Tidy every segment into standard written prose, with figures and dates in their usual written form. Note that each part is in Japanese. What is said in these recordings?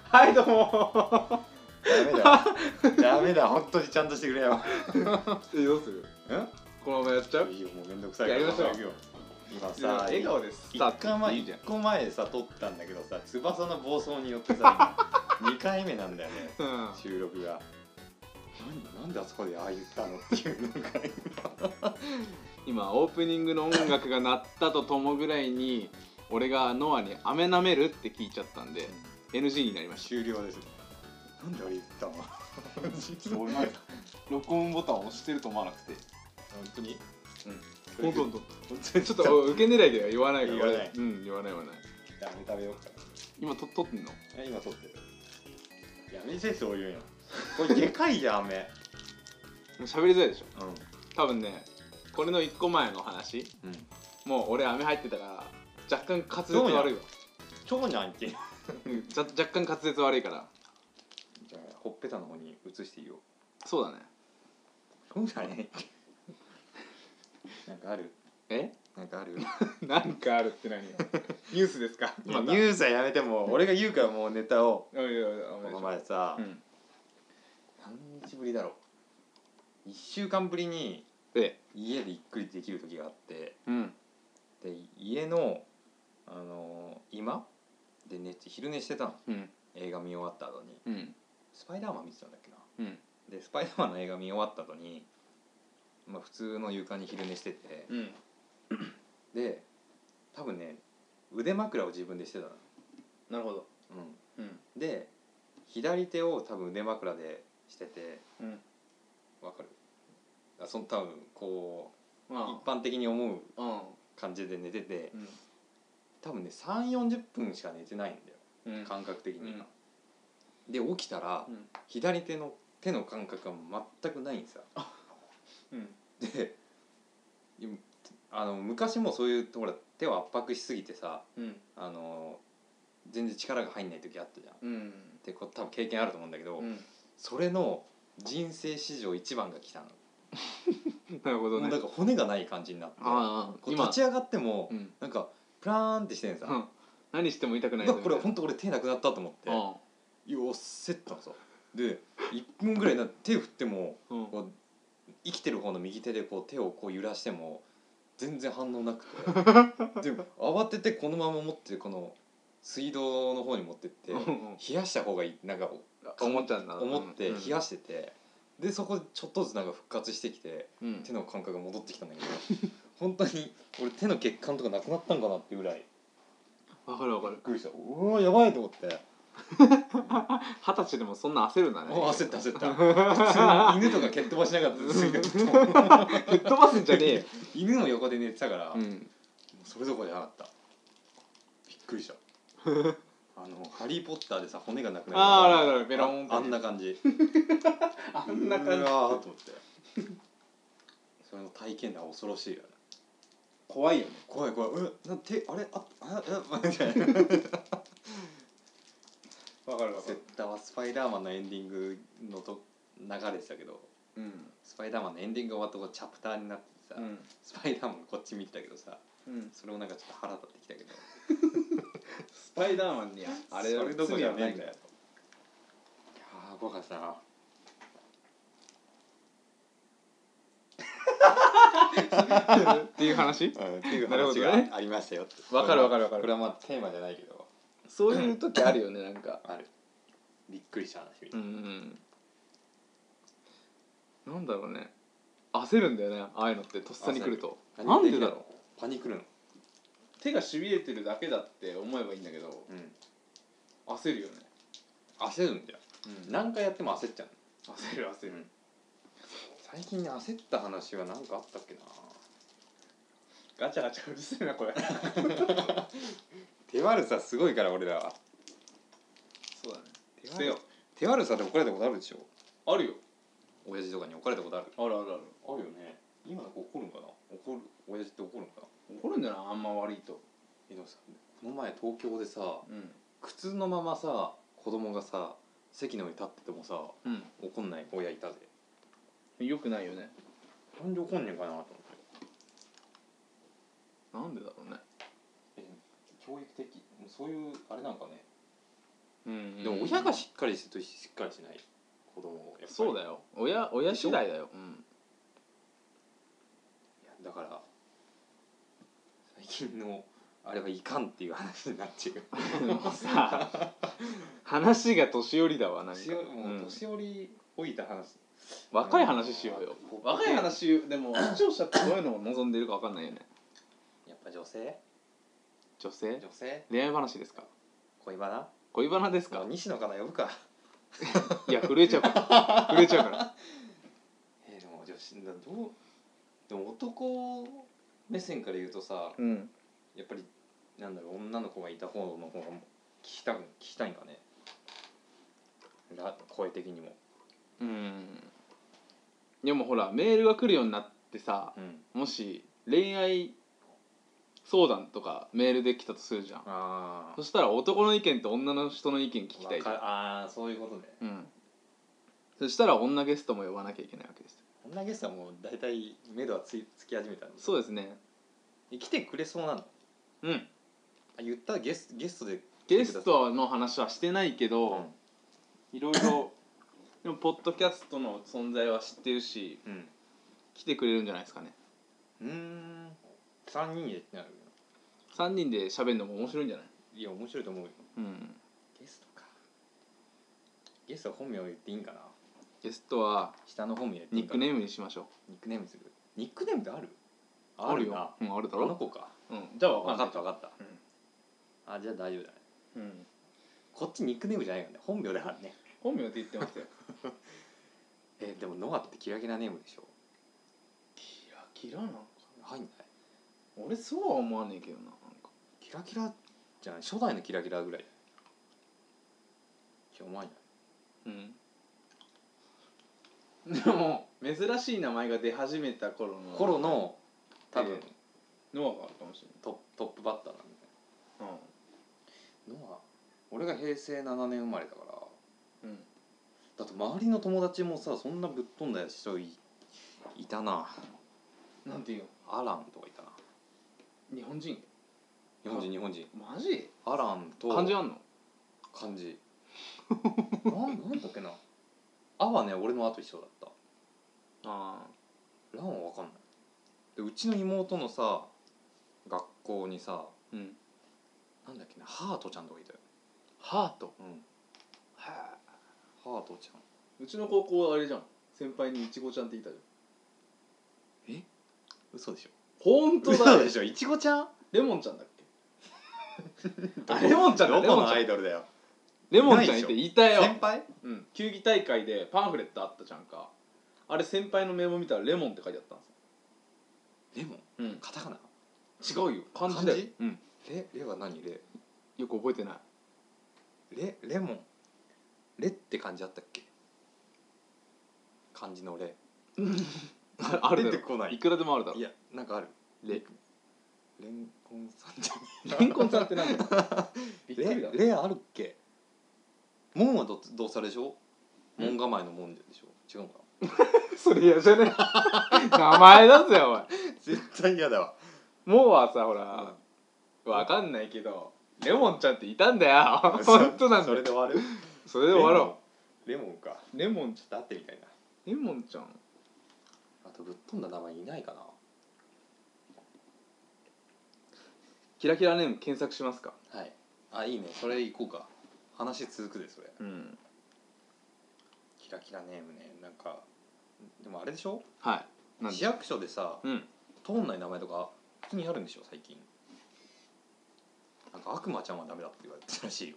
はいどうもダメだ本当にちゃんとしてくれよ。 どうする？このままやっちゃう？ いいよもうめんどくさいからやりましょう。 今さ笑顔です 1個前さ撮ったんだけどさ、翼の暴走によってさ2回目なんだよね、収録が。なんであそこでああ言ったのっていうのが今オープニングの音楽が鳴ったとともぐらいに俺がノアに「飴舐める?」って聞いちゃったんで、NG になりました。 終了です。なんであれ言ったの俺まだ録音ボタンを押してると思わなくて。 本当に？ 本当ちょっと受け狙いでは言わないから。 言わない。 言わない。 じゃあ食べようか。 今撮ってんの？ 今撮ってる。やめてそういうの。これでかいじゃん飴。 喋りづらいでしょ。多分ね、これの1個前の話、もう俺飴入ってたから若干滑舌悪いわ。 長男って若干滑舌悪いから。 じゃあほっぺたの方に移していいよ。 そうだね。 そうだね。なんかある？なんかある？ なんかあるって何？ニュースですか？ ニュースはやめても、俺が言うからもうネタを。この前さ、何日ぶりだろう。1週間ぶりに家でゆっくりできる時があって、で家の今で昼寝してたの。映画見終わった後に、スパイダーマン見てたんだっけな。でスパイダーマンの映画見終わった後に、普通の床に昼寝してて、で多分ね腕枕を自分でしてたの。 なるほど。 で左手を多分腕枕でしてて、わかる？多分こう一般的に思う感じで寝てて、多分ね30-40分しか寝てないんだよ、感覚的には。で起きたら左手の手の感覚が全くないんですよ。で昔もそういうほら手を圧迫しすぎてさ、全然力が入んない時あったじゃん。で多分経験あると思うんだけど、それの人生史上一番が来たの。 なるほどね。 なんか骨がない感じになって、こう立ち上がってもなんかプラーンってしてんさ。 何しても痛くない。 これ本当俺手なくなったと思って、よっせったのさ。で1分ぐらい手振っても、生きてる方の右手でこう手をこう揺らしても全然反応なくて、で慌ててこのまま持ってこの水道の方に持ってって冷やした方がいいなんか思って冷やしてて、でそこでちょっとずつなんか復活してきて、手の感覚が戻ってきたんだけど本当に俺手の血管とかなくなったんかなっていうぐらい。 わかる。 びっくりした。うわやばいと思って。 20歳でもそんな焦るんだね。 焦った普通に犬とか蹴っ飛ばしなかったですけど蹴っ飛ばすんじゃねえよ。 犬の横で寝てたから、それどころじゃなかった。びっくりした。ハリーポッターでさ骨がなくなるベロンってあんな感じあんな感じうわーと思ってそれの体験談は恐ろしいよね。 怖いよね。 怖い手あれみたいな。 わかる。 セッターはスパイダーマンのエンディングの流れてたけど、スパイダーマンのエンディングが終わったチャプターになってさ、スパイダーマンこっち見てたけどさ、それもなんかちょっと腹立ってきたけどスパイダーマンにあれそれどころじゃねえんだよ。いやー怖かったなっていう話？ っていう話がありましたよって。 わかる。これはテーマじゃないけど、 そういう時あるよね。なんかある。びっくりした話みたいな。 なんだろうね。焦るんだよね。ああいうのってとっさに来ると。なんでだろう。 パニクるの。 手がしびれてるだけだって思えばいいんだけど、焦るよね。 焦るんだよ。何回やっても焦っちゃう。 焦る。 最近ね焦った話は何かあったっけな。 ガチャガチャうるせえなこれ。 手悪さすごいから俺らは。 そうだね。 手悪さで怒られたことあるでしょ。 あるよ。 親父とかに怒られたことある。 ある。 あるよね。今の子怒るんかな。親父って怒るんかな。 怒るんじゃない？あんま悪いと。 でもさ、この前東京でさ、靴のままさ子供がさ席の上に立っててもさ、怒んない親いたぜ。 よくないよね。 なんで怒んねんかなと思って。 なんでだろうね。 教育的そういうあれなんかね。 でも親がしっかりしてるとしっかりしない子供やっぱりそうだよ、親次第だよ。いやだから最近のあれはいかんっていう話になっちゃうもうさ話が年寄りだわ。なんかもう年寄り老いた話、 若い話しようよ。若い話でも視聴者ってどういうのを望んでるか分かんないよね。 やっぱ女性恋愛話ですか？恋バナですか？ 西野かな呼ぶかいや震えちゃうからでも女子でも男目線から言うとさ、やっぱりなんだろう、女の子がいた方の方が聞きたいんかね、声的にも。 でもほらメールが来るようになってさ、もし恋愛相談とかメールで来たとするじゃん。そしたら男の意見と女の人の意見聞きたいじゃん。 そういうことね。 そしたら女ゲストも呼ばなきゃいけないわけです。 女ゲストはもう大体目処はつき始めたんで。 そうですね。 来てくれそうなの？言ったゲストでゲストの話はしてないけど、いろいろでもポッドキャストの存在は知ってるし、来てくれるんじゃないですかね。 3人でってなるよ。 3人で喋るのも面白いんじゃない？ いや面白いと思うよ。ゲストは本名を言っていいんかな。 ゲストは下の本名ニックネームにしましょう。 ニックネームする。ニックネームってある？ あるよ。あるだろ。 あの子か。 じゃあ分かった。 じゃあ大丈夫だね。こっちニックネームじゃないよね。本名だからね。 本名って言ってますよ。 でもノアってキラキラネームでしょ。 キラなんか入んない。 俺そうは思わねえけどな。なんかキラキラじゃない、初代のキラキラぐらい。思わない。 でも珍しい名前が出始めた頃の多分ノアがあるかもしれない。 トップバッターなんで。ノア、俺が平成7年生まれだから、だって周りの友達もさ、そんなぶっ飛んだ人いたな。 なんていうの？ アランとかいたな。 日本人。 マジ？ アランと漢字あんの？ 漢字なんだっけな。アはね、俺の後一緒だった。ランは分かんない。でうちの妹のさ学校にさ、なんだっけな、ハートちゃんとかいたよ。 ハート？ ハートちゃん。 うちの高校はあれじゃん、先輩にいちごちゃんって言ったじゃん。 嘘でしょ？ 本当だよ。 嘘でしょ？いちごちゃん？ レモンちゃんだっけ？レモンちゃんだ。 どこのアイドルだよ。 レモンちゃんいたよ。 先輩？ 球技大会でパンフレットあったじゃんか。あれ先輩の名簿見たらレモンって書いてあったんですよ。 レモン？カタカナ？ 違うよ、漢字だよ。 レは何？レよく覚えてない。 レモン。レって漢字あったっけ？漢字のレ。 あるだろ。 出てこない。 いくらでもあるだろ。 いや、なんかある。レンコンさんじゃレンコンさんってなんだよ。びっくりだ。 レあるっけ？門はどうされでしょ？門構えの門でしょ？違うかな。 それ嫌じゃね？名前出すよお前。 絶対嫌だわ。 門はさ、ほらわかんないけどレモンちゃんっていたんだよ。本当なんだよ。 それで終わる？ それで終わろう。レモンか。 レモンちょっと会ってみたいな。 レモンちゃん。 あとぶっ飛んだ名前いないかな。 キラキラネーム検索しますか？ はい。いいね。それ行こうか。話続くでそれ。キラキラネームね。なんかでもあれでしょ？市役所でさ、通んない名前とか普通にあるんでしょ最近。なんか悪魔ちゃんはダメだって言われてたらしいよ。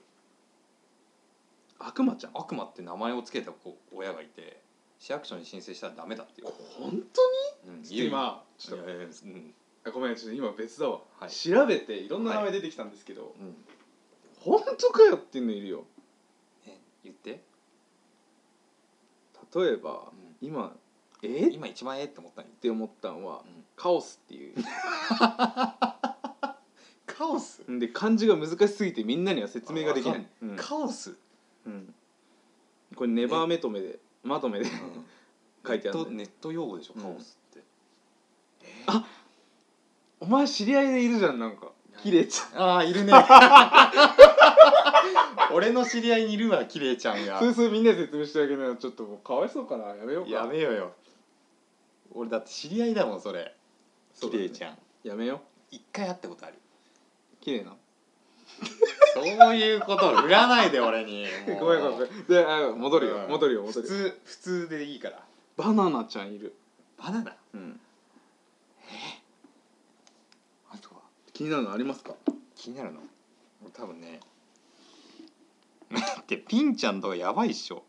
悪魔ちゃん？ 悪魔って名前をつけた親がいて、市役所に申請したらダメだって言われて。 本当に？今ちょっとごめん、ちょっと今別だわ。調べていろんな名前出てきたんですけど、本当かよっていうのいるよ。 言って。 例えば今一番って思ったって思ったのはカオスっていう。 カオスで漢字が難しすぎてみんなには説明ができない。 カオス。 これネバーメトメでまとめで書いてある。 ネット用語でしょカオスって。 お前知り合いでいるじゃん。なんかキレイちゃん。 ああいるね俺の知り合いにいるわキレイちゃんが。 それみんなで説明してあげるのちょっともうかわいそうかな。やめようか。 やめようよ。俺だって知り合いだもんそれ。キレイちゃん、 やめよう。 一回会ったことある。 キレイなそういうことを振らないで俺に。 ごめんごめん。で戻るよ、戻るよ。 普通でいいから。 バナナちゃんいる。 バナナ。あとは気になるのありますか？ 気になるの多分ねだってピンちゃんとかやばいっしょ。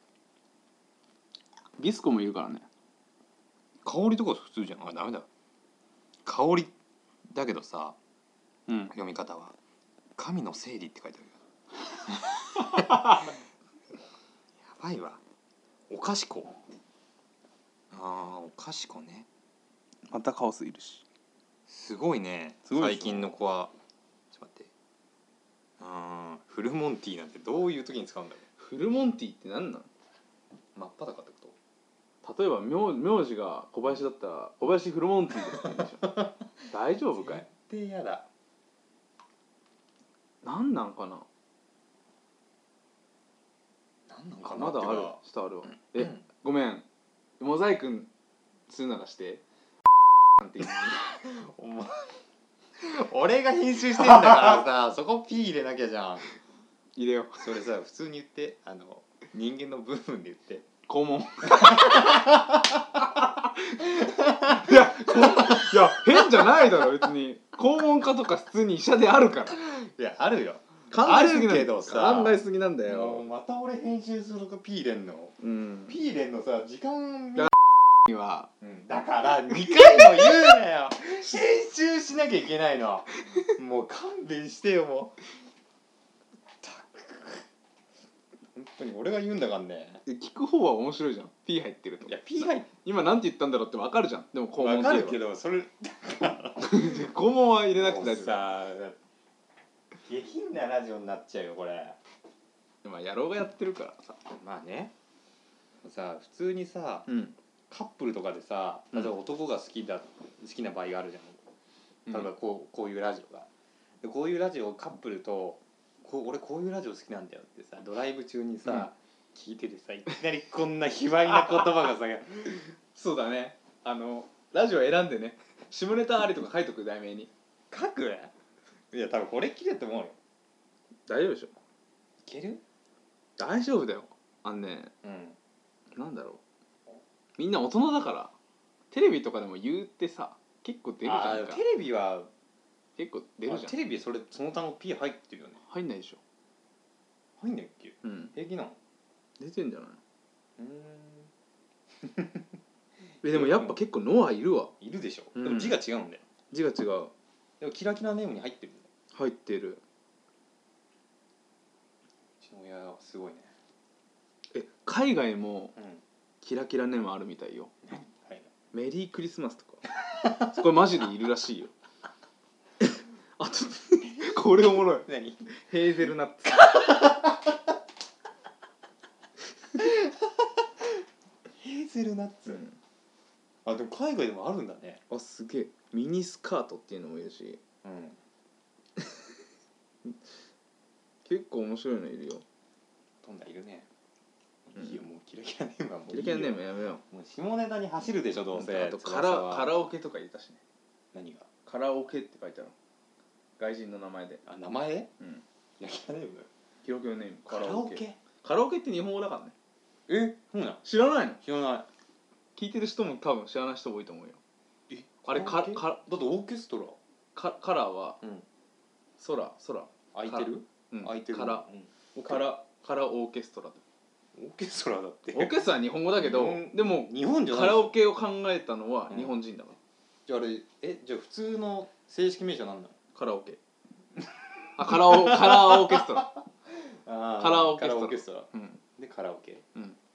ビスコもいるからね。 香りとか普通じゃん。あダメだ。香りだけどさ、読み方は神の整理って書いてあるやばいわ。おかしこ。おかしこね。 またカオスいるし。 すごいね。最近の子はちょっと待って。フルモンティーなんてどういう時に使うんだろう。 フルモンティーって何なの？ 真っ裸ってこと？ 例えば名字が小林だったら小林フルモンティーですって言うんでしょ大丈夫かい？ 絶対やだ。 何なんかな。 何なんかな。 まだある。下あるわ。ごめん。モザイクするならしてなんて言うお前俺が編集してんだからさそこ P 入れなきゃじゃん。 入れよう。 それさ普通に言って。人間の部分で言って。 肛門いや変じゃないだろ別に。肛門科とか普通に医者であるから。 いやあるよ。 考えすぎけどさ。考えすぎなんだよ。 もうまた俺編集するとか P 入れんの。P 入れんのさ時間には、 だから2回も言うなよ編集しなきゃいけないの。もう勘弁してよもう。本当に俺が言うんだからね。 聞く方は面白いじゃん。 P 入ってると。 いや P 入って今なんて言ったんだろうって分かるじゃん。でも肛門って分かるけどそれ肛門は入れなくて大丈夫。 さ下品なラジオになっちゃうよこれ。 まあ野郎がやってるからさ。 まあね。さ普通にさ、カップルとかでさ例えば男が好きな場合があるじゃん。例えばこういうラジオがでこういうラジオをカップルと俺こういうラジオ好きなんだよってさドライブ中にさ、聞いててさいきなりこんな卑猥な言葉がさそうだね。ラジオ選んでね下ネタありとか書いとく。題名に書く。いや多分これ切れって思うよ。 大丈夫でしょ。いける？ 大丈夫だよ。なんだろう。みんな大人だからテレビとかでも言うってさ結構出るじゃんか。 テレビは結構出るじゃん。 テレビその単語 P 入ってるよね。 入んないでしょ。 入んないっけ？平気なの？ 出てんじゃない？でもやっぱ結構ノアいるわ。 いるでしょ。でも字が違うんだよ。 字が違う。 でもキラキラネームに入ってるんだよ。 入ってる。 うちの親はすごいね。 海外もキラキラネームあるみたいよ。メリークリスマスとかこれマジでいるらしいよ。あとこれおもろい。 何？ ヘーゼルナッツ。 ヘーゼルナッツ。でも海外でもあるんだね。 すげえ。ミニスカートっていうのもいるし。結構面白いのいるよ。 飛んだいるね。いいよもうキラキラネームはもういいよ。 キラキラネームやめよう。もう下ネタに走るでしょどうせ。 あとカラオケとか入れたしね。 何が？ カラオケって書いてある。外人の名前で。 名前？キラキラネーム？ キラキラネーム。 カラオケ？ カラオケって日本語だからね。 そうなの？ 知らないの？ 知らない。 聞いてる人も多分知らない人多いと思うよ。あれだってオーケストラ。 カラーは空空いてる？ 空いてる。カラオーケストラ。 オーケストラだって。 オーケストラは日本語だけどでも日本じゃない。 カラオケを考えたのは日本人だから。 じゃああれじゃあ普通の正式名称なんだ？ カラオケ。カラオーケストラ。カラオーケストラ。 でカラオケ。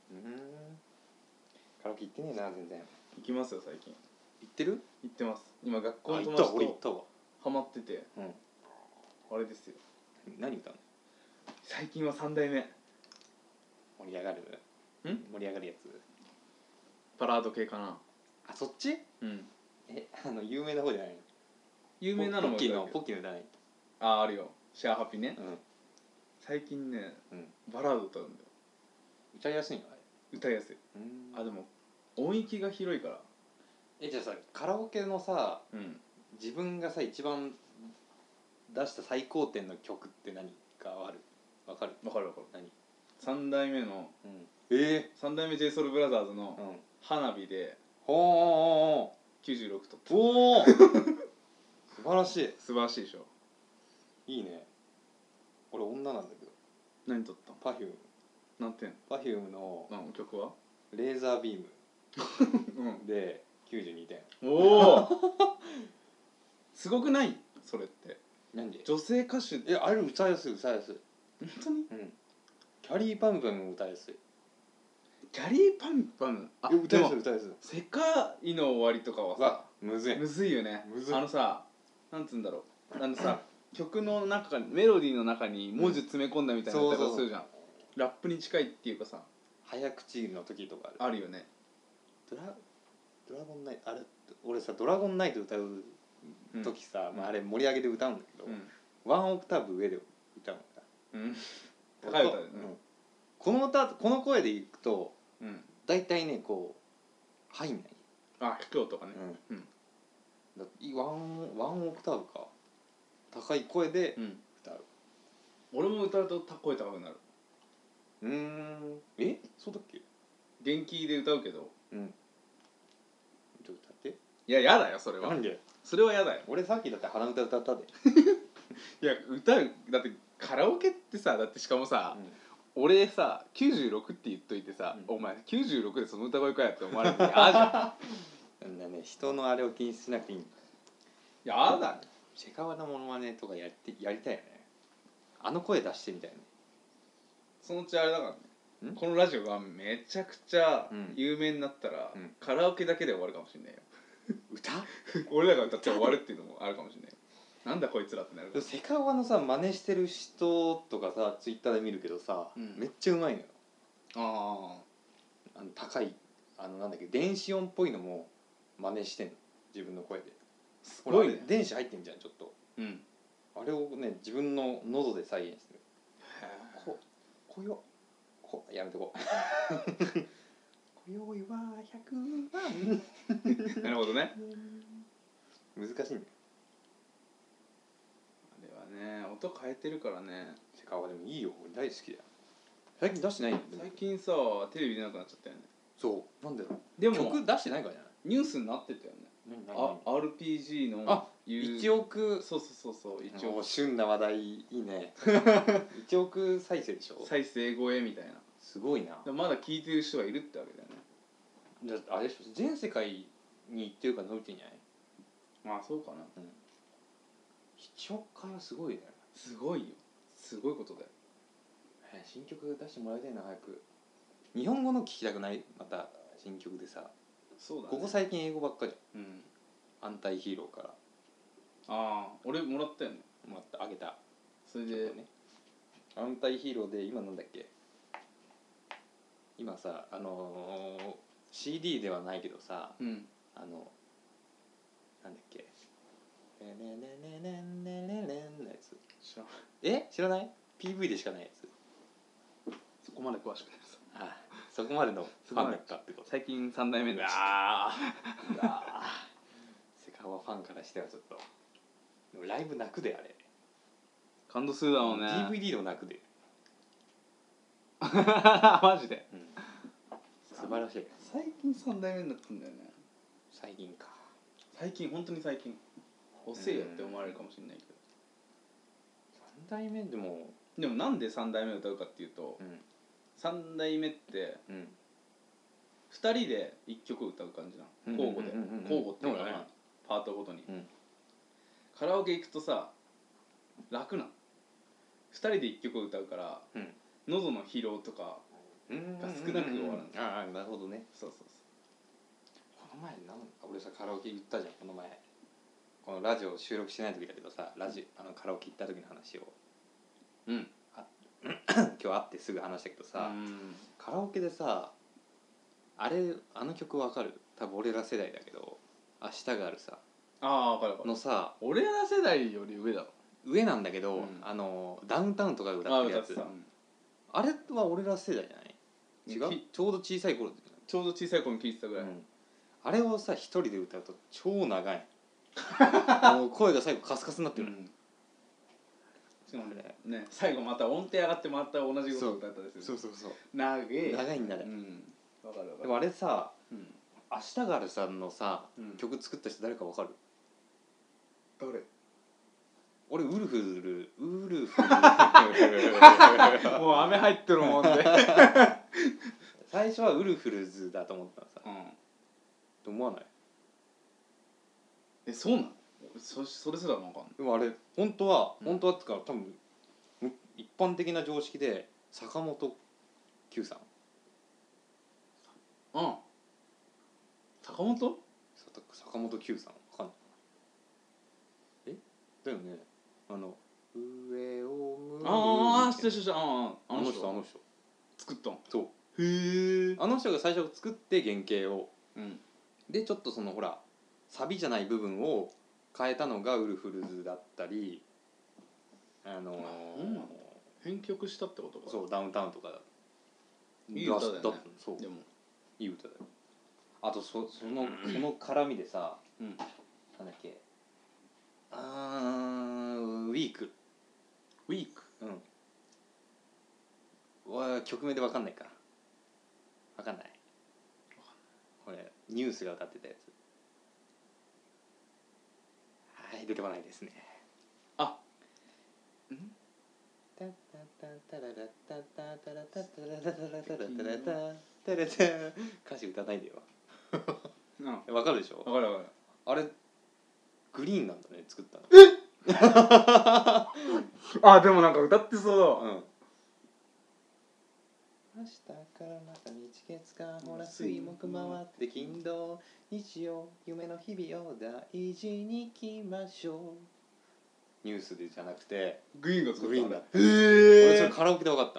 カラオケ行ってねえな全然。 行きますよ最近。 行ってる？ 行ってます。今学校の友達とハマってて。あれですよ。 何歌うの？ 最近は3代目。 盛り上がるやつ。 バラード系かな。 そっち？有名な方じゃないの？ 有名なのもポッキーの歌ない？ あるよ、シェアハピね、最近ね、バラード歌うんだよ。 歌いやすいの？あれ歌いやすい。でも音域が広いから。 じゃあさ、カラオケのさ、自分がさ一番出した最高点の曲って何かわかる？ わかる。 何 ？3代目の、 3 代目 JSOULBROTHERS の花火で 96 とった。 おお素晴らしい。 素晴らしいでしょ。 いいね。俺女なんだけど。 何とったの？ Perfume。 何点？ Perfume の曲はレーザービームで92点。 おおすごくない？それってなんで？ 女性歌手あれ歌いやすい。本当に？ キャリーパンパン歌いやすい。 キャリーパンパン歌いやすい。 世界の終わりとかはさむずいよね。さ、なんつうんだろう、さ曲の中にメロディーの中に文字詰め込んだみたいな歌い方するじゃん。ラップに近いっていうかさ、 早口の時とかあるよね。 ドラゴンナイト、あれ俺さドラゴンナイト歌う時さ、あれ盛り上げで歌うんだけど、ワンオクターブ上で歌うんだ。 高い歌で、 この声でいくとだいたいねこう入んない。 卑怯とかね。 ワンオクターブか高い声で歌う。 俺も歌うと声高くなる。 そうだっけ？ 元気で歌うけど。 ちょっと歌って。 いや、やだよそれは。 なんで？ それはやだよ。 俺さっきだって鼻歌歌ったで。 いやだってカラオケってさ、だってしかもさ、俺さ96って言っといてさ、お前96でその歌声かやって思われて嫌じゃん。 なんだね、人のあれを気にしなくていい。 やだね。 セカワのモノマネとかやりたいよね。あの声出してみたいね。 そのうちあれだからね、このラジオがめちゃくちゃ有名になったら、カラオケだけで終わるかもしれないよ。 歌？ 俺らが歌って終わるっていうのもあるかもしれない。なんだこいつらってなるから。 セカワのさ真似してる人とかさツイッターで見るけどさ、めっちゃうまいのよ。高いなんだっけ、電子音っぽいのも真似してんの、自分の声で。すごいね。電子入ってんじゃんちょっと。あれをね自分の喉で再現してる。やめとこう。今宵は100万。 なるほどね。 難しいんだよ。 あれはね、音変えてるからね。 セカワでもいいよ、俺大好きだよ。最近出してないんだよ。 最近さテレビ出なくなっちゃったよね。 そう、なんでだろう。 でも曲出してないからじゃない？ ニュースになってたよね。RPG の 1億。 そう1億。 旬な話題いいね。1億再生でしょ。 再生超えみたいな。 すごいな。 まだ聞いてる人がいるってわけだよね。あれでしょ、全世界に行ってるから伸びてんじゃない？ まあそうかな。 1億回はすごいね。 すごいよ。すごいことだよ。 新曲出してもらいたいな早く。日本語の聞きたくない？また新曲でさ。 そうだね。 ここ最近英語ばっかじゃん。アンタイヒーローから。 俺もらったよね。 もらった、あげた。 それでね、 アンタイヒーローで今なんだっけ、今さCD ではないけどさ、なんだっけ、ねねねねねねねのやつ知らない？ PV でしかないやつ。 そこまで詳しくないです。 そこまでのファンだったってこと。 最近3代目だ。 セカワファンからしてはちょっとでもライブ泣くで、あれ感動するだろうね。 DVD でも泣くで。 マジで、 素晴らしい。 最近3代目になったんだよね。 最近か。 最近、本当に最近。遅いよって思われるかもしれないけど、 3代目でもなんで3代目を歌うかっていうと、3代目って2人で1曲歌う感じなの。交互で、交互っていうかな、パートごとに。カラオケ行くとさ楽なの。2人で1曲歌うから、喉の疲労とかが少なく終わるんですよ。 なるほどね。そうこの前俺さカラオケ行ったじゃん、この前。このラジオ収録してない時だけどさ、カラオケ行った時の話を今日会ってすぐ話したけどさ、カラオケでさあの曲わかる？多分俺ら世代だけど、明日があるさ。 ああ分かる分かるのさ、 俺ら世代より上だろ。 上なんだけど、ダウンタウンとかが歌ってるやつ、あれは俺ら世代じゃない？違う？ちょうど小さい頃、 ちょうど小さい頃に聴いてたぐらい、 あれをさ一人で歌うと超長いもう声が最後カスカスになってる、 しかもね、最後また音程上がってまた同じことを歌ったりする。 そう長いんだね。 わかるわかる。 でもあれさ、明日があるさんのさ、曲作った人誰かわかる？ 誰？ 俺ウルフルもう雨入ってるもんで最初はウルフルズだと思ったのさ、と思わない？ そうなの？それすら分かんない。 でもあれ本当はってか多分一般的な常識で坂本九さん。 坂本九さんわかんない？だよね。上を向いて。 あの人作ったん。 そう。 へえ。 あの人が最初作って原型を、でちょっとそのほらサビじゃない部分を変えたのがウルフルズだったり、 編曲したってことか。 そうダウンタウンとかだ。 いい歌だよね。 そう。でもいい歌だよ。あとその絡みでさ、なんだっけ、ウィーク。曲名で分かんないか。分かんない。これニュースが歌ってたやつ。はい、出てこないですね。歌詞歌わないでよ。わかるでしょ？ わかる。 あれグリーンなんだね、作ったの。でもなんか歌ってそうだ。 明日からまた日月間ほら水木回って金土日曜夢の日々を大事に生きましょう。ニュースでじゃなくてグリーンが作った。 グリーンだった。俺それカラオケで分かった。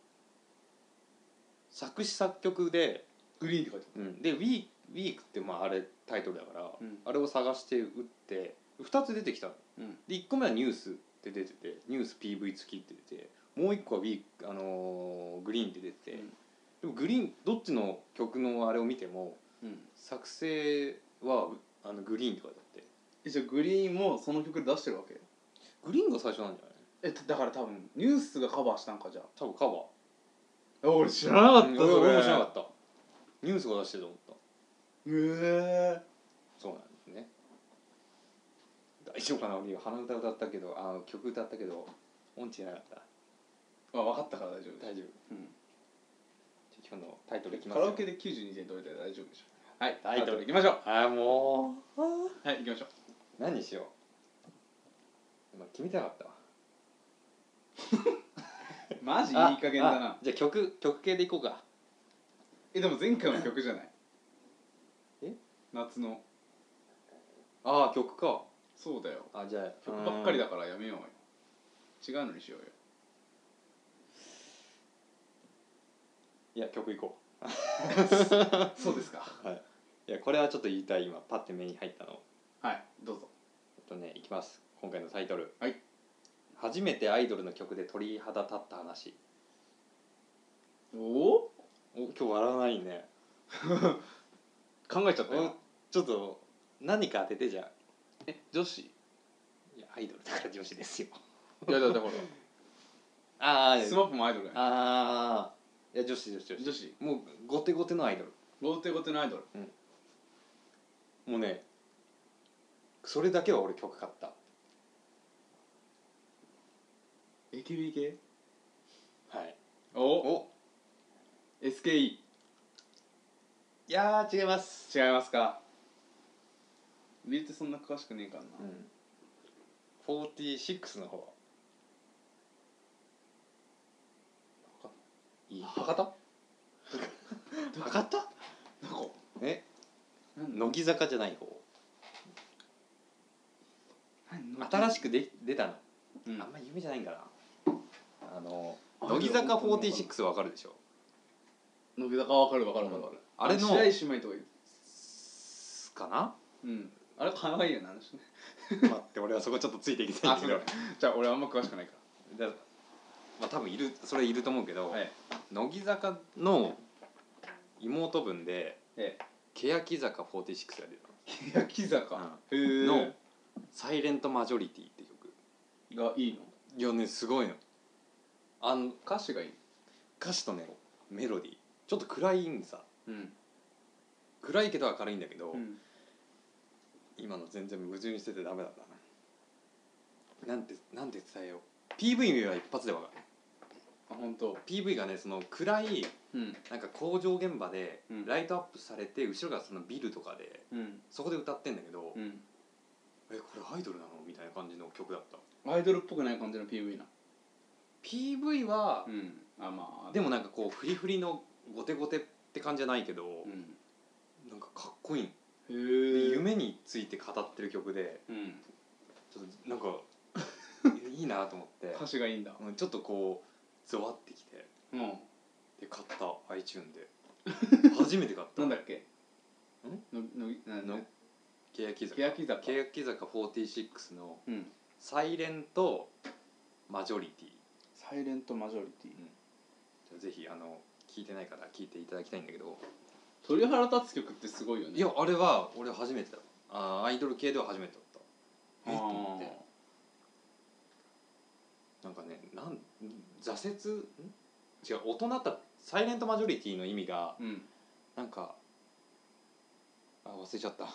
作詞作曲でグリーンって書いてある。 でウィークってあれタイトルだから、あれを探して打って2つ出てきたの。で1個目はニュースって出てて、ニュース PV 付きって出て、もう1個はグリーンって出てて、でもグリーンどっちの曲のあれを見ても、作成はグリーンって書いてあって。 じゃあグリーンもその曲で出してるわけ？ グリーンが最初なんじゃない？ だから多分ニュースがカバーしたんか。じゃあ多分カバー。俺知らなかった。 俺も知らなかった。ニュースが出してると思った。そうなんですね。大丈夫かな。俺鼻歌歌ったけど曲歌ったけど音痴じゃなかった。 分かったから大丈夫。 今日のタイトルいきますよ。 カラオケで92点取れたら大丈夫でしょ。はい、タイトルいきましょう。 もうはい行きましょう。 何にしよう。決めたかったわマジいい加減だな。 じゃあ曲系でいこうか。 でも前回の曲じゃない？夏の。 曲か。 そうだよ。 じゃあ曲ばっかりだからやめようよ。違うのにしようよ。 いや曲いこうそうですか。 いやこれはちょっと言いたい。今パッて目に入ったの。 はいどうぞ。 いきます。今回のタイトル。 はい。 初めてアイドルの曲で鳥肌立った話。 お今日笑わないね考えちゃったよ。 ちょっと何か当てて。じゃあ女子？いやアイドルだから女子ですよいやだってほらスマップもアイドルやん。 いや女子もうゴテゴテのアイドル。 ゴテゴテのアイドル。 もうねそれだけは俺曲買った。 AKB 系？ はい。 SKE。 いや違います。 違いますか。見てそんな詳しくねえからな。 46の方。 博多？ 博多？乃木坂じゃない方。新しく出たの。あんま有名じゃないんかな。乃木坂46わかるでしょ。 乃木坂わかる。あれの白石麻衣とかかな。 あれ可愛いよな、話ね。 待って俺はそこちょっとついていきたいんだけどじゃあ俺あんま詳しくないからまあ多分それいると思うけど、 ら。 乃木坂の妹分で欅坂46が出た。欅坂、 の「サイレントマジョリティ」って曲がいいの？ いやねすごいの。 歌詞がいい。 歌詞とねメロディーちょっと暗いんさ、暗いけど明るいんだけど、今の全然矛盾しててダメだな。なんて伝えよう。 PV は一発で分かる。 本当。 PV がねその暗い、なんか工場現場でライトアップされて、後ろがそのビルとかで、そこで歌ってんだけど、これアイドルなのみたいな感じの曲だった。 アイドルっぽくない感じの PV な。 PV は、 まあでもなんかこうフリフリのゴテゴテって感じじゃないけど、なんかかっこいい。へえ。夢について語ってる曲で、ちょっとなんかいいなと思って歌詞がいいんだ。 ちょっとこうゾワってきて、で買った iTunes で初めて買った。 なんだっけ？ 欅坂46のサイレントマジョリティ。 サイレントマジョリティ。 じゃあぜひ聞いてない方聞いていただきたいんだけど、 鳥肌立つ曲ってすごいよね。 いやあれは俺初めてだ。アイドル系では初めてだった。と思って、なんかね挫折違う大人だったサイレントマジョリティの意味が、なんか忘れちゃった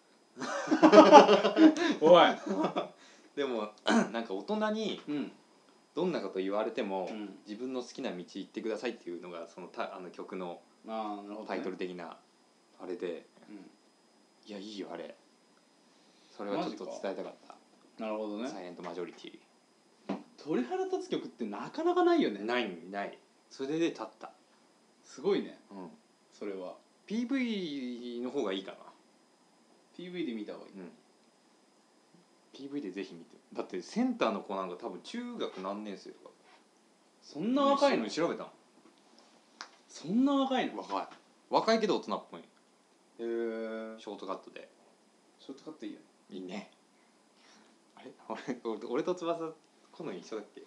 おいでもなんか大人にどんなこと言われても、自分の好きな道行ってくださいっていうのがその曲のタイトル的なあれで、いやいいよあれ。それはちょっと伝えたかった。 なるほどね。 サイレントマジョリティ。 鳥肌立つ曲ってなかなかないよね。 ない。それで立った。 すごいね。それは PV の方がいいかな。 PV で見た方がいい、PV でぜひ見て。だってセンターの子なんか多分中学何年生とか。 そんな若いの？ 調べたの。 そんな若いの？ 若いけど大人っぽい。 へえ。 ショートカットで。 ショートカットいいよね。 いいね。あれ俺と翼好み一緒だっけ？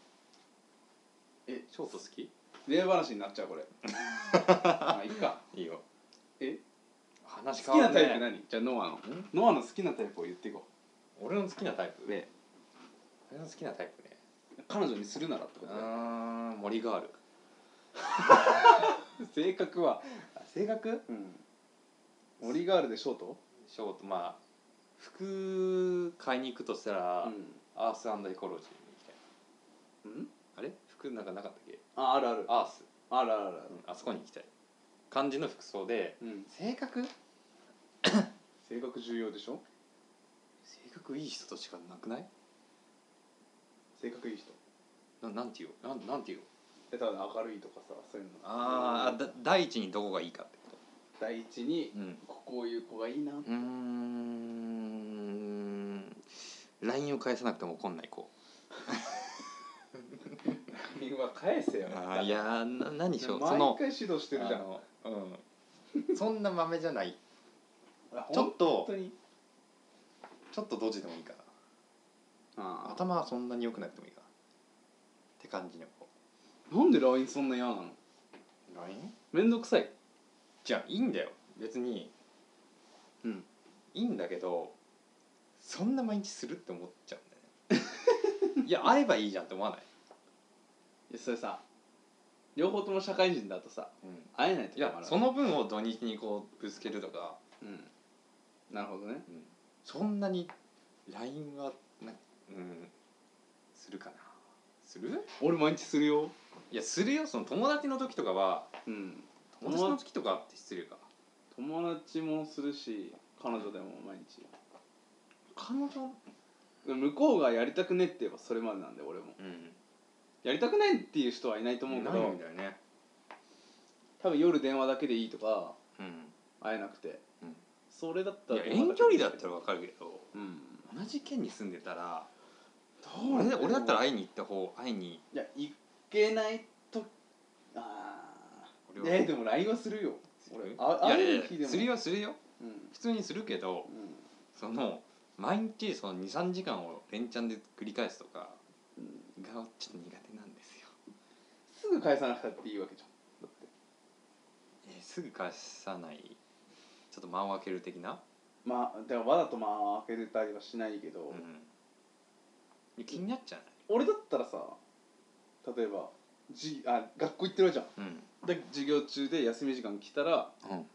ショート好き？ 恋愛話になっちゃうこれ。まあいいか。 いいよ。 話変わるね。好きなタイプ何？じゃあノアの好きなタイプを言っていこう。俺の好きなタイプ？俺の好きなタイプね。 彼女にするならってことだよ。 森ガール。 性格は？性格？森ガールでショート？ ショート、まあ服買いに行くとしたら、アース&エコロジーに行きたい。あれ？服なんかなかったっけ？ あるある。 アース。 ある。 あそこに行きたい感じの服装で、性格重要でしょ。 性格いい人としかなくない？ 性格いい人なんていうなんていうただ明るいとかさ、そういうの。 第一にどこがいいかってこと。 第一に、こういう子がいいな。 LINE を返さなくても怒んない子。 LINE は返せよ。 いや何しよう。 毎回指導してるじゃん。 そんな豆じゃない。ちょっとドジでもいいかな。頭はそんなに良くなくてもいいかなって感じの子。 なんで LINE そんな嫌なの？ LINE？ めんどくさい。 じゃあいいんだよ別に。いいんだけどそんな毎日するって思っちゃうんだよね。いや会えばいいじゃんって思わない？ いやそれさ、両方とも社会人だとさ、会えないとかもある。いやその分を土日にこうぶつけるとか。 なるほどね。 そんなに LINE はするかな。する？ 俺毎日するよ。 いやするよ。その友達の時とかは、友達の時とかって失礼か。 友達もするし彼女でも毎日。 彼女？ 向こうがやりたくねって言えばそれまでなんで俺も。やりたくないっていう人はいないと思うけど。ないんだよね。多分夜電話だけでいいとか、会えなくて。それだったら遠距離だったら分かるけど、同じ県に住んでたら俺だったら会いに行った方いや行けないと。でも LINE はするよ。俺会う日でもするよ、普通にするけど、 その毎日その 2,3 時間を連チャンで繰り返すとかがちょっと苦手なんですよ。 すぐ返さなくたっていいわけじゃん。だってすぐ返さない、ちょっと間を空ける的な。 まあでもわざと間を空けたりはしないけど、 気になっちゃうね。 俺だったらさ、例えば学校行ってるじゃん、で授業中で休み時間来たら、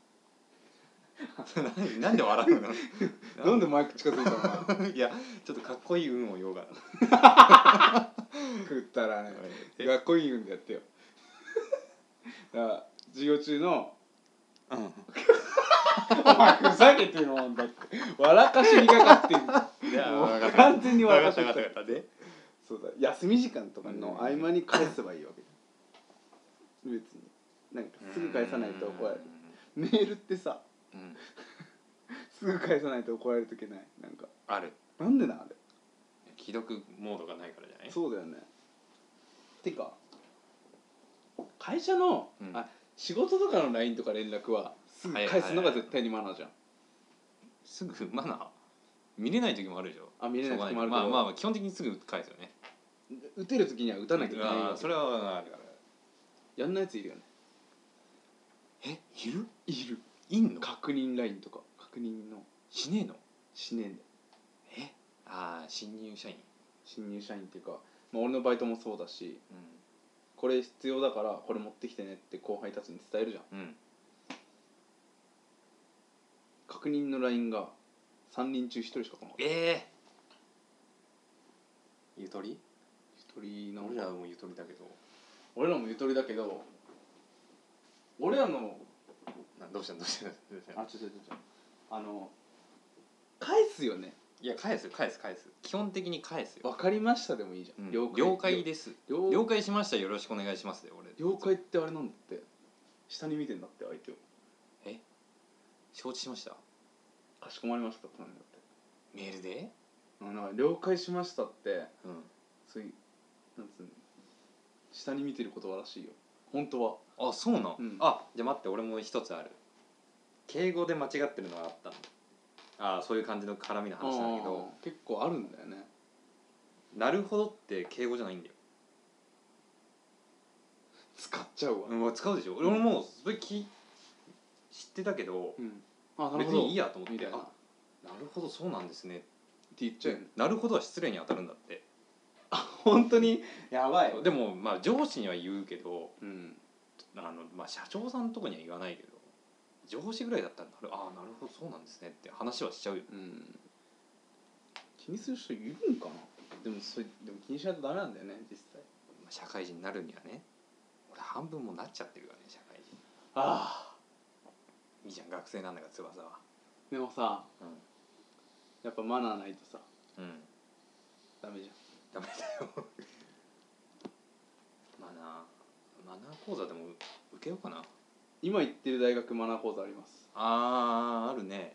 なんで笑うのなんでマイク近づいたのいやちょっとかっこいい運を言おうかな食ったらね、かっこいい運でやってよだから授業中のお前ふざけてるもんだって笑かしにかかってんの完全に笑かしにかかってそうだ、休み時間とかの合間に返せばいいわけ別になんかすぐ返さないと怒られる。メールってさ、すぐ返さないと怒られるときない？なんかある。 なんでなあれ？ 既読モードがないからじゃない？ そうだよね。てか会社の、仕事とかの LINE とか連絡はすぐ返すのが絶対にマナーじゃん。 すぐマナー？見れない時もあるでしょ。 見れない時もあるけど、 まあ基本的にすぐ返すよね。 打てる時には打たなきゃいけない。 それはあるから。 やんないやついるよね。 いる？ いんの？確認 LINE とか確認のしねえの？ しねえんだよ。 新入社員っていうか、俺のバイトもそうだし、これ必要だからこれ持ってきてねって後輩たちに伝えるじゃん。確認の LINE が3人中1人しか来なかった。 ゆとり？ なの？ 俺らもゆとりだけど。 俺らのどうした返すよね。 いや返す基本的に返すよ。 わかりましたでもいいじゃん。 了解です。了解しました、よろしくお願いしますで俺。 了解ってあれなんだって、下に見てんだって相手を。 承知しました、 かしこまりましたってなんだって。 メールで了解しましたって、そういうなんつうの、下に見てる言葉らしいよ本当は。 そうなん、じゃあ待って、俺も一つある。敬語で間違ってるのがあったの。そういう感じの絡みの話なんだけど、 結構あるんだよね。 なるほどって敬語じゃないんだよ。 使っちゃうわ。使うでしょ。俺もそれ知ってたけど、別にいいやと思って、なるほどそうなんですねって言っちゃうよね。 なるほどは失礼に当たるんだって。 本当にやばい。 でも上司には言うけど、社長さんとかには言わないけど、上司ぐらいだったらなるほどそうなんですねって話はしちゃうよ。 気にする人いるんかな。でも気にしないとダメなんだよね実際。 社会人になるにはね。俺半分もなっちゃってるからね社会人。いいじゃん、学生なんだから翼は。 でもさ、やっぱマナーないとさ、ダメじゃん。 ダメだよマナー講座でも受けようかな。 今行ってる大学マナー講座あります。 あるね。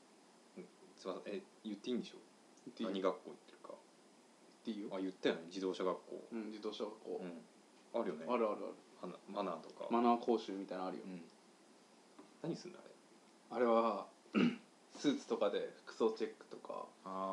言っていいんでしょ。何学校行ってるか。 言っていいよ。 言ったよね、自動車学校。 自動車学校。 あるよね。 ある。 マナーとか。 マナー講習みたいなのあるよ。 何すんだあれはスーツとかで服装チェックとか。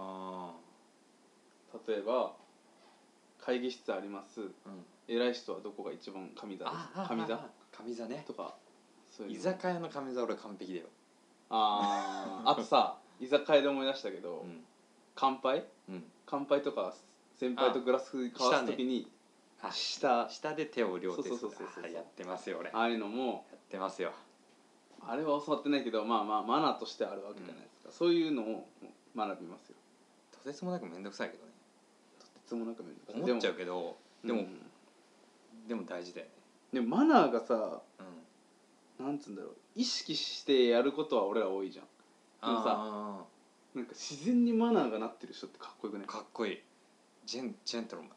例えば会議室あります、偉い人はどこが一番上座ねとか、 居酒屋の上座俺完璧だよ。 あとさ、居酒屋で思い出したけど、乾杯とか先輩とグラス交わすときに下で手を両手する。やってますよ俺。 ああいうのもやってますよ。 あれは教わってないけど、マナーとしてあるわけじゃないですか。そういうのを学びますよ。 とてつもなくめんどくさいけどね。 思っちゃうけど、でも大事だよね。 でもマナーがさ、なんつうんだろう、意識してやることは俺ら多いじゃん。でもさ、なんか自然にマナーがなってる人ってかっこよくない？ かっこいい。ジェントルマン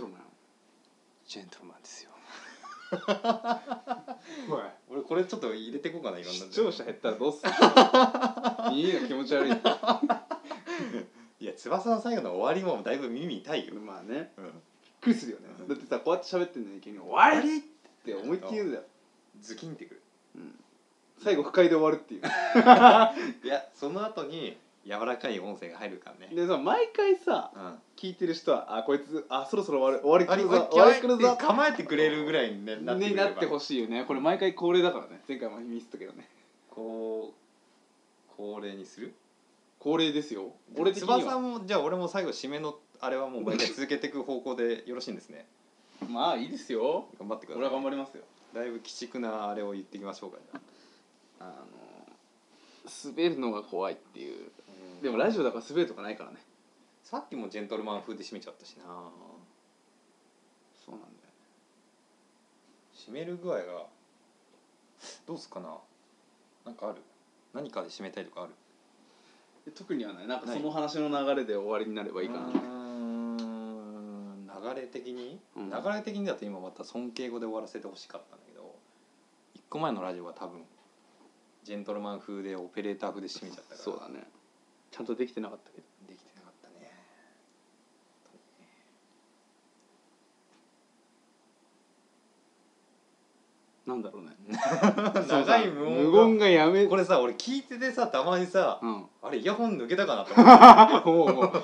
ですよ俺これちょっと入れてこうかな。 視聴者減ったらどうする耳が気持ち悪いいや、翼の最後の終わりもだいぶ耳痛いよ。 まあね、びっくりするよね。だってさ、こうやって喋ってんのに急に終わりって思いっきり言うんだよ。 ズキンってくる。 最後不快で終わるっていういや、その後に柔らかい音声が入るからね。 でさ、毎回さ、聞いてる人はこいつそろそろ終わり来るぞ構えてくれるぐらいになってほしいよね。これ毎回恒例だからね。前回もミスったけどね。 恒例にする？ 恒例ですよ。 俺的には翼もじゃあ俺も最後締めのあれはもう毎回続けていく方向でよろしいんですね。 まあいいですよ。 頑張ってください。 俺は頑張りますよ。 だいぶ鬼畜なあれを言っていきましょうか。 滑るのが怖いっていう。でもラジオだから滑るとかないからね。 さっきもジェントルマン風で締めちゃったしな。 そうなんだよね。 締める具合がどうすかな。なんかある？何かで締めたいとかある？ 特にはない。なんかその話の流れで終わりになればいいかな。 流れ的にだと今また尊敬語で終わらせてほしかったんだけど、1個前のラジオは多分ジェントルマン風でオペレーター風で締めちゃったから。 そうだね。ちゃんとできてなかったけど。 できてなかったね。 なんだろうね。 長い無言がやめ。 これさ、俺聞いててさ、たまにさ、あれイヤホン抜けたかなと思って。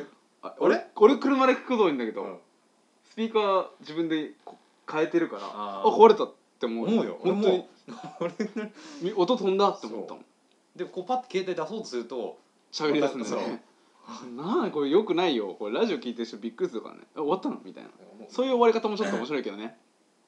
俺車で聞くこと多いんだけど、スピーカー自分で変えてるから壊れたって思うよ。本当に音飛んだって思ったもん。 でこうパッて携帯出そうとすると喋り出すんだよね。なんこれよくないよ。これラジオ聞いてる人びっくりするからね。終わったのみたいな。そういう終わり方もちょっと面白いけどね。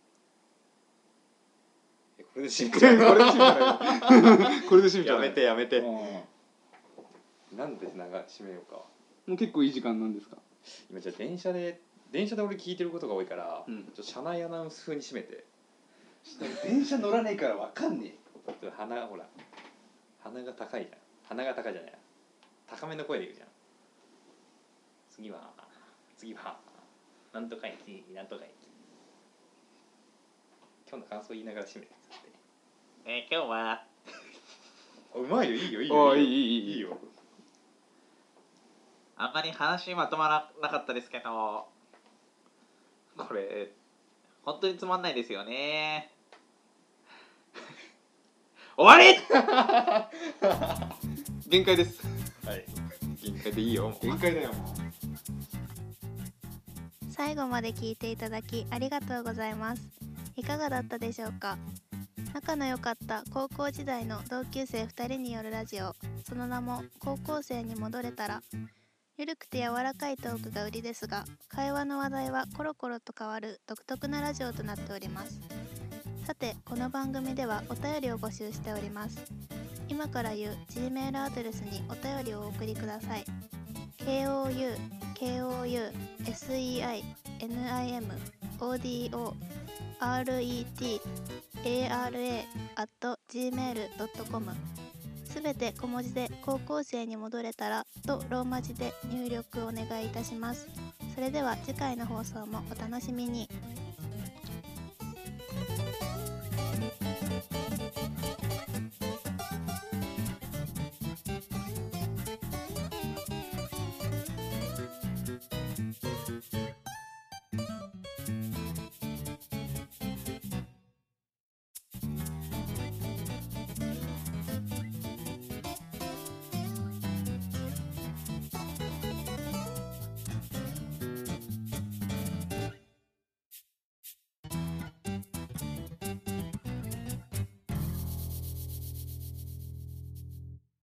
これで締めちゃう。 これで締めちゃう。 やめて。なんで締めようか。 もう結構いい時間なんですか。 今じゃあ電車で俺聞いてることが多いから、ちょっと車内アナウンス風に締めて。 電車乗らねえからわかんねえ。鼻が高いじゃん。鼻が高いじゃない。高めの声で言うじゃん。次はなんとか駅。今日の感想言いながら締めて。今日はうまいよ。いいよ。いいよ。 あんまり話まとまらなかったですけど、これ本当につまんないですよね。終わり。 限界です。 はい。限界でいいよ。 限界だよ。 最後まで聞いていただきありがとうございます。いかがだったでしょうか。仲の良かった高校時代の同級生2人によるラジオ、その名も高校生に戻れたら。ゆるくて柔らかいトークが売りですが、会話の話題はコロコロと変わる独特なラジオとなっております。さて、この番組ではお便りを募集しております。今から言う Gmail アドレスにお便りをお送りください。KOUSEINIMODORETARA@gmail.com すべて小文字で高校生に戻れたらとローマ字で入力お願いいたします。それでは次回の放送もお楽しみに。